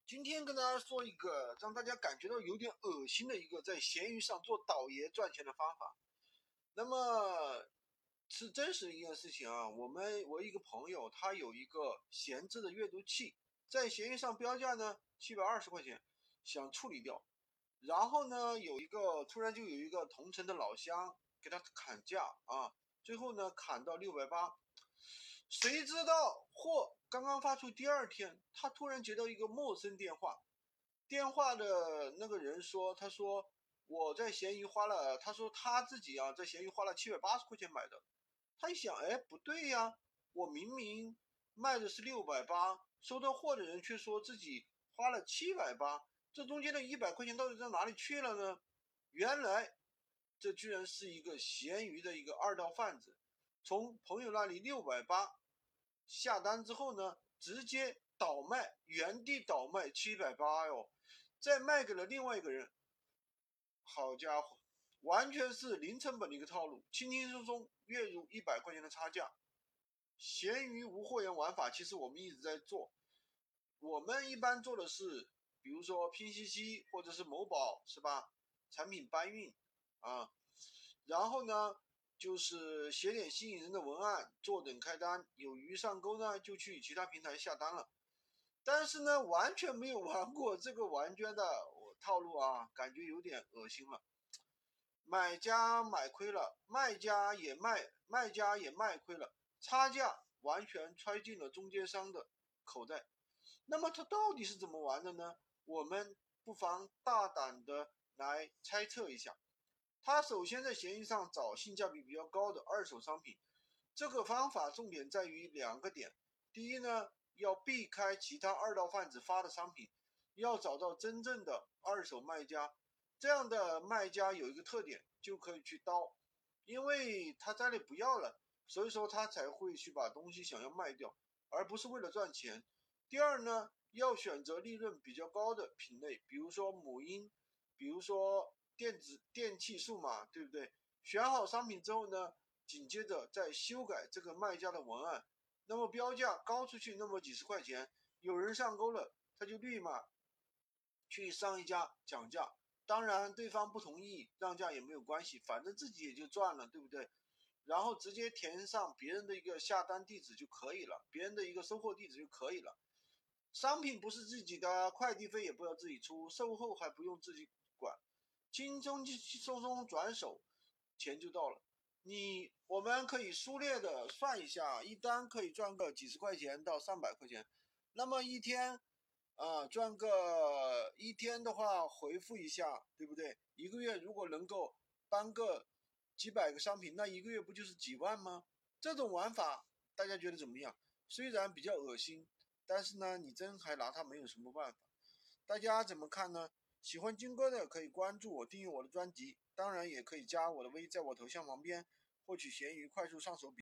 今天跟大家说一个让大家感觉到有点恶心的一个在闲鱼上做倒爷赚钱的方法。那么是真实的一件事情啊，我一个朋友他有一个闲置的阅读器，在闲鱼上标价呢720块钱，想处理掉。然后呢，突然就有一个同城的老乡给他砍价啊，最后呢砍到680。谁知道货刚刚发出第二天，他突然接到一个陌生电话，电话的那个人说，他说我在闲鱼花了，他说他自己啊在闲鱼花了780块钱买的。他一想，哎，不对呀，我明明卖的是680，收到货的人却说自己花了780，这中间的100块钱到底到哪里去了呢？原来这居然是一个闲鱼的一个二道贩子，从朋友那里680下单之后呢，直接倒卖，原地倒卖780哟，再卖给了另外一个人。好家伙，完全是零成本的一个套路，轻轻松松月入100块钱的差价。闲鱼无货源玩法，其实我们一直在做。我们一般做的是，比如说拼夕夕或者是某宝，是吧？产品搬运啊，然后呢，就是写点吸引人的文案，坐等开单，有鱼上钩呢，就去其他平台下单了。但是呢，完全没有玩过这个玩家的套路啊，感觉有点恶心了。买家买亏了，卖家也卖亏了，差价完全揣进了中间商的口袋。那么他到底是怎么玩的呢？我们不妨大胆的来猜测一下。他首先在闲鱼上找性价比比较高的二手商品，这个方法重点在于两个点。第一呢，要避开其他二道贩子发的商品，要找到真正的二手卖家。这样的卖家有一个特点，就可以去刀，因为他家里不要了，所以说他才会去把东西想要卖掉，而不是为了赚钱。第二呢，要选择利润比较高的品类，比如说母婴，比如说电器数码，对不对？选好商品之后呢，紧接着再修改这个卖家的文案，那么标价高出去那么几十块钱，有人上钩了，他就立马去上一家讲价。当然对方不同意让价也没有关系，反正自己也就赚了，对不对？然后直接填上别人的一个下单地址就可以了，别人的一个收货地址就可以了。商品不是自己的，快递费也不要自己出，售后还不用自己管，轻松松松转手，钱就到了。我们可以粗略的算一下，一单可以赚个几十块钱到300块钱，那么一天赚个一天的话，回复一下，对不对？一个月如果能够搬个几百个商品，那一个月不就是几万吗？这种玩法大家觉得怎么样？虽然比较恶心，但是呢，你真还拿它没有什么办法。大家怎么看呢？喜欢军哥的可以关注我，订阅我的专辑，当然也可以加我的微，在我头像旁边获取闲鱼快速上手笔。